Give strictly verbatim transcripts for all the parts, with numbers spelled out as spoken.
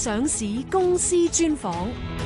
上市公司專訪。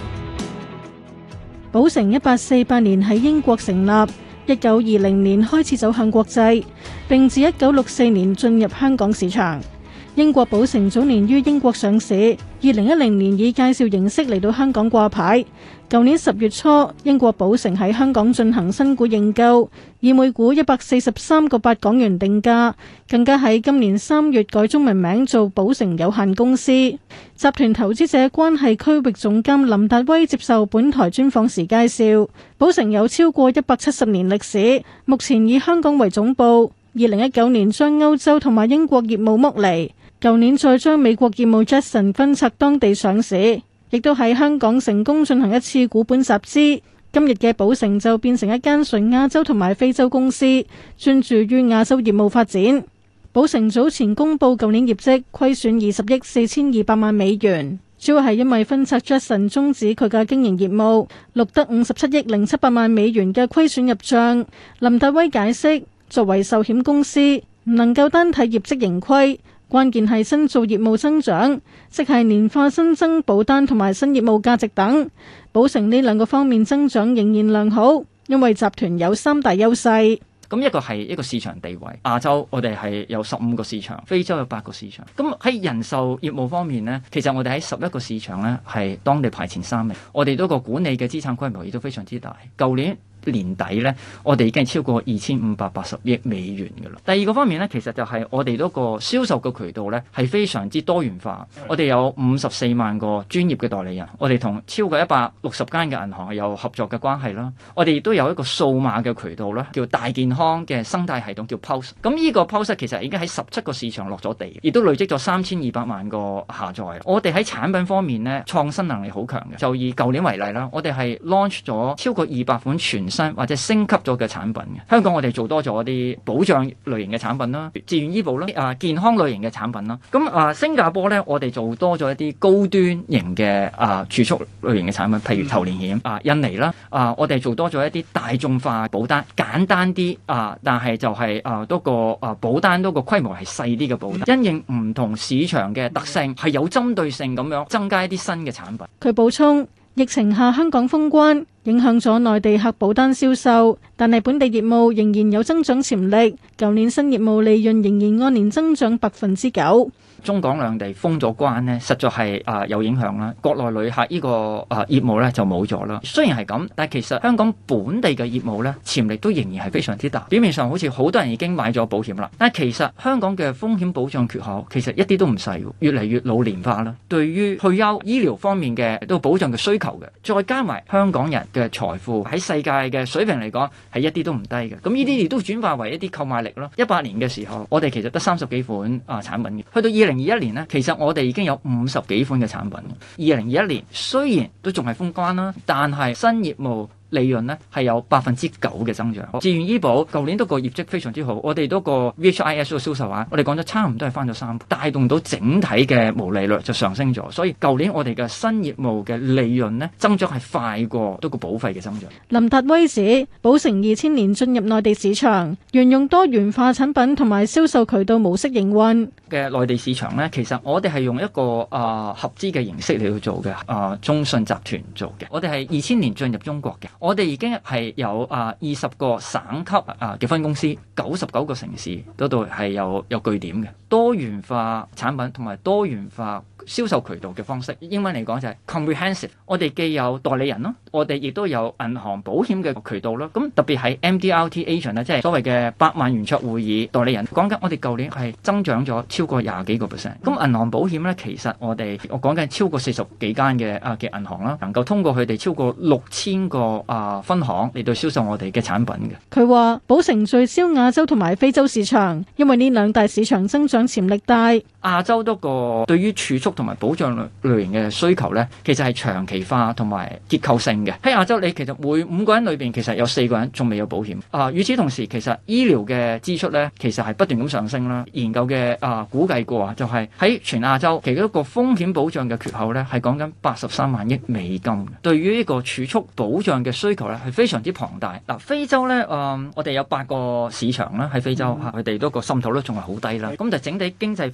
寶城一八四八年喺英國成立，一九二零年開始走向國際，並自一九六四年進入香港市場。英國寶城早年於英國上市，二零一零年以介紹形式嚟到香港掛牌。舊年十月初，英國寶城喺香港進行新股認購，以每股一百四十三個八港元定價，更加喺今年三月改中文名做寶城有限公司。集團投資者關係區域總監林達威接受本台專訪時介紹，寶城有超過一百七十年歷史，目前以香港為總部。二零一九年將歐洲同埋英國業務剝離，舊年再將美國業務 Jetson 分拆當地上市，亦都喺香港成功進行一次股本集資。今日嘅寶城就變成一間純亞洲同埋非洲公司，專注於亞洲業務發展。寶城早前公布舊年業績虧損二十億四千二百萬美元，主要係因為分拆 Jetson 終止佢嘅經營業務，錄得五十七億零七百萬美元嘅虧損入賬。林達威解釋，作為壽險公司，唔能夠單睇業績盈虧，關鍵係新造業務增長，即係年化新增保單同埋新業務價值等。寶城呢兩個方面增長仍然良好，因為集團有三大優勢。 咁一個係一個市場地位，亞洲我哋係有十五個市場，非洲有八個市場。咁喺人壽業務方面呢，其實我哋喺十一個市場呢係當地排前三名。我哋嗰個管理嘅資產規模亦都非常之大。舊年年底呢，我哋已經超過二千五百八十億美元㗎啦。第二個方面呢，其實就係我哋嗰個銷售嘅渠道呢係非常之多元化。我哋有五十四萬個專業嘅代理人，我哋同超過一百六十間嘅銀行有合作嘅關係啦。我哋亦都有一個數碼嘅渠道啦，叫大健康嘅生態系統，叫 Pulse。咁呢個 Pulse 其實已經喺十七個市場落咗地，亦都累積咗三千二百萬個下載。我哋喺產品方面呢，創新能力好強嘅。就以舊年為例啦，我哋係 launch 咗超過二百款全或者升級咗嘅產品嘅。香港我哋做多咗啲保障類型嘅產品啦，自願醫保啦，啊健康類型嘅產品啦。咁啊新加坡咧，我哋做多咗一啲高端型嘅啊儲蓄類型嘅產品，譬如頭年險啊，印尼啦啊，我哋做多咗一啲大眾化保單，簡單啲啊，但係就係啊多個啊保單多個規模係細啲嘅保單，因應唔同市場嘅特性，係有針對性咁樣增加一啲新嘅產品。 佢補充，疫情下香港封關影響咗內地客保單銷售，但係本地業務仍然有增長潛力。舊年新業務利潤仍然按年增長百分之九。 中港兩地封咗關呢，實在係啊、呃、有影響啦。國內旅客呢、這個啊、呃、業務咧就冇咗啦。雖然係咁，但係其實香港本地嘅業務咧潛力都仍然係非常之大。表面上好似好多人已經買咗保險啦，但係其實香港嘅風險保障缺口其實一啲都唔細，越嚟越老年化啦。對於退休醫療方面嘅都保障嘅需求嘅，再加埋香港人嘅財富喺世界嘅水平嚟講係一啲都唔低嘅。咁呢啲亦都轉化為一啲購買力咯。一八年嘅時候，我哋其實得三十幾款啊產品嘅，去到二零二一年呢，其實我哋已經有五十幾款嘅產品。二零二一年雖然都仲係封關啦，但係新業務利潤呢係有百分之九嘅增長。自願醫保舊年都個業績非常之好，我哋都個 V H I S 嘅銷售額，我哋講咗差唔多係翻咗三倍，帶動到整體嘅毛利率就上升咗。所以舊年我哋嘅新業務嘅利潤呢增長係快過多個保費嘅增長。 林達威指，寶城二千年進入內地市場，沿用多元化產品同埋銷售渠道模式營運嘅內地市場呢，其實我哋係用一個啊、呃、合資嘅形式嚟去做嘅啊、呃、中信集團做嘅。我哋係二千年進入中國嘅。我哋已經係有啊二十個省級啊嘅分公司，九十九個城市嗰度係有有據點嘅。多元化產品同埋多元化銷售渠道嘅方式，英文嚟講就係 comprehensive。我哋既有代理人咯，我哋亦都有銀行保險嘅渠道咯。咁特別係 M D R T agent 咧，即係所謂嘅百萬圓桌會議代理人。講緊我哋舊年係增長咗超過廿幾個 percent。咁銀行保險咧，其實我哋我講緊超過四十幾間嘅啊嘅銀行啦，能夠通過佢哋超過六千個啊分行嚟到銷售我哋嘅產品嘅。 佢話寶城聚焦亞洲同埋非洲市場，因為呢兩大市場增長潛力大。 亞洲多個對於儲蓄同埋保障類類型嘅需求咧，其實係長期化同埋結構性嘅。喺亞洲，你其實每五個人裏邊，其實有四個人仲未有保險。啊，與此同時，其實醫療嘅支出咧，其實係不斷咁上升啦。研究嘅啊估計過啊，就係喺全亞洲，其中一個風險保障嘅缺口咧，係講緊八十三萬億美金。對於呢個儲蓄保障嘅需求咧，係非常之龐大。嗱、啊，非洲咧，誒、呃，我哋有八個市場啦，喺非洲嚇，佢哋嗰個滲透率仲係好低啦。咁就整體經濟發展咧，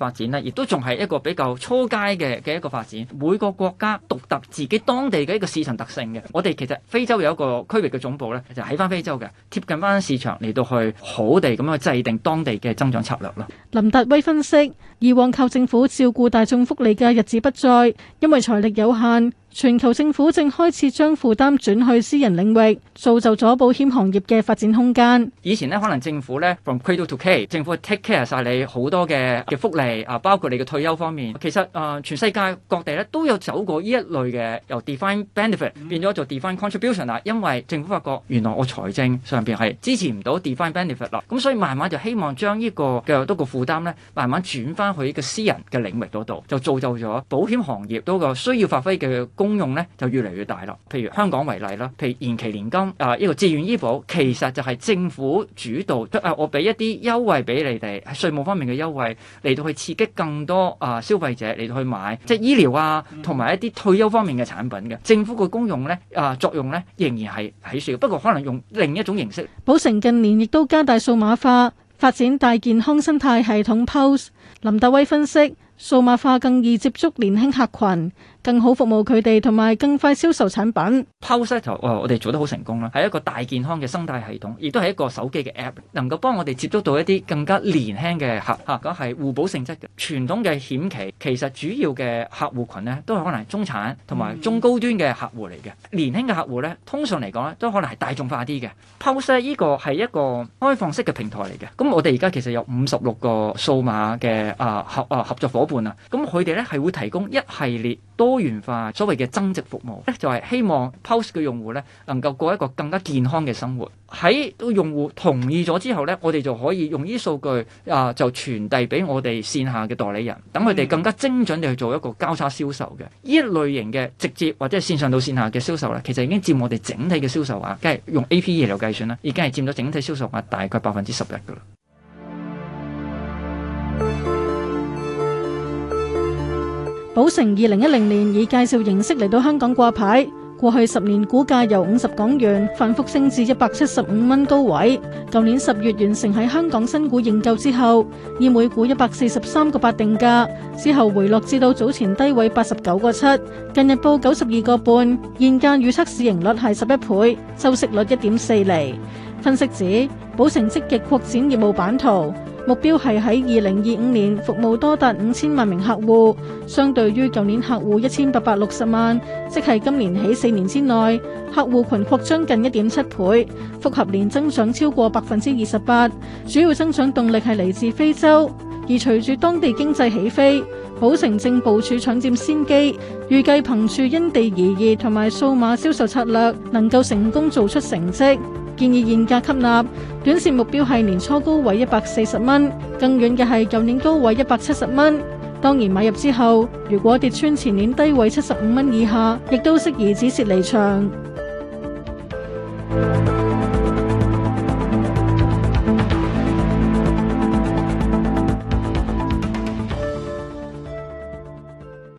亦都仲係一個比較初階嘅嘅一個發展。每個國家獨特自己當地嘅一個市場特性嘅。我哋其實非洲有一個區域嘅總部咧，就喺翻非洲嘅，貼近翻市場嚟到去好地咁樣去制定當地嘅增長策略咯。 林達威分析，以往靠政府照顧大眾福利嘅日子不再，因為財力有限。全球政府正開始將負擔轉去私人領域，造就咗保險行業嘅發展空間。 以前咧，可能政府咧 from cradle to cave， 政府 take care 晒你好多嘅嘅福利啊，包括你嘅退休方面。其實啊、呃，全世界各地咧都有走過呢一類嘅由 defined benefit 變咗做 defined contribution 啦。因為政府發覺原來我財政上邊係支持唔到 defined benefit 啦，咁所以慢慢就希望將呢個嘅多個負擔咧，慢慢轉翻去呢個私人嘅領域嗰度，就造就咗保險行業嗰個需要發揮嘅功用咧就越嚟越大啦。譬如香港為例啦，譬如延期年金啊，呢個自願醫保其實就係政府主導，啊我俾一啲優惠俾你哋，喺稅務方面嘅優惠嚟到去刺激更多啊消費者嚟到去買，即係醫療啊同埋一啲退休方面嘅產品嘅。政府嘅功用咧啊作用咧仍然係喺度，不過可能用另一種形式。 保誠近年亦都加大數碼化，發展大健康生態系統 P U L S。 林達威分析，數碼化更易接觸年輕客群，更好服務佢哋，同埋更快銷售產品。 P U L S 就我哋做得好成功啦，係一個大健康嘅生態系統，亦都係一個手機嘅 App， 能夠幫我哋接觸到一啲更加年輕嘅客嚇，咁係互補性質嘅。傳統嘅險期其實主要嘅客戶群呢，都係可能係中產同埋中高端嘅客戶嚟嘅。年輕嘅客戶呢，通常嚟講咧，都可能係大眾化啲嘅。P U L S 呢個係一個開放式嘅平台嚟嘅。咁我哋而家其實有五十六個數碼嘅啊合啊合作夥伴啊，咁佢哋咧係會提供一系列多元化所謂嘅增值服務咧，就係希望 P U L S 嘅用戶咧能夠過一個更加健康嘅生活。喺用戶同意咗之後咧，我哋就可以用呢啲數據啊，就傳遞俾我哋線下嘅代理人，等佢哋更加精準地去做一個交叉銷售嘅。呢一類型嘅直接或者係線上到線下嘅銷售咧，其實已經佔我哋整體嘅銷售額，即係用 A P E 嚟計算啦，已經係佔咗整體銷售額大概百分之十一噶啦。 保誠二零一零年以介紹形式嚟到香港掛牌，過去十年股價由五十港元反覆升至一百七十五蚊高位。舊年十月完成喺香港新股認購之後，以每股一百四十三個八定價，之後回落至到早前低位八十九個七，近日報九十二個半，現價預測市盈率係十一倍，周息率一點四厘。分析指，保誠積極擴展業務版圖，目標係喺二零二五年服務多達五千萬名客戶，相對於舊年客戶一千八百六十萬，即係今年起四年之內，客戶群擴張近一點七倍，複合年增長超過百分之二十八，主要增長動力係嚟自非洲。而隨住當地經濟起飛，保誠正部署搶佔先機，預計憑住因地而異同埋數碼銷售策略，能夠成功做出成績。建議現價吸納，短線目標係年初高位一百四十蚊，更遠嘅係舊年高位一百七十蚊。當然買入之後，如果跌穿前年低位七十五蚊以下，亦都適宜止蝕離場。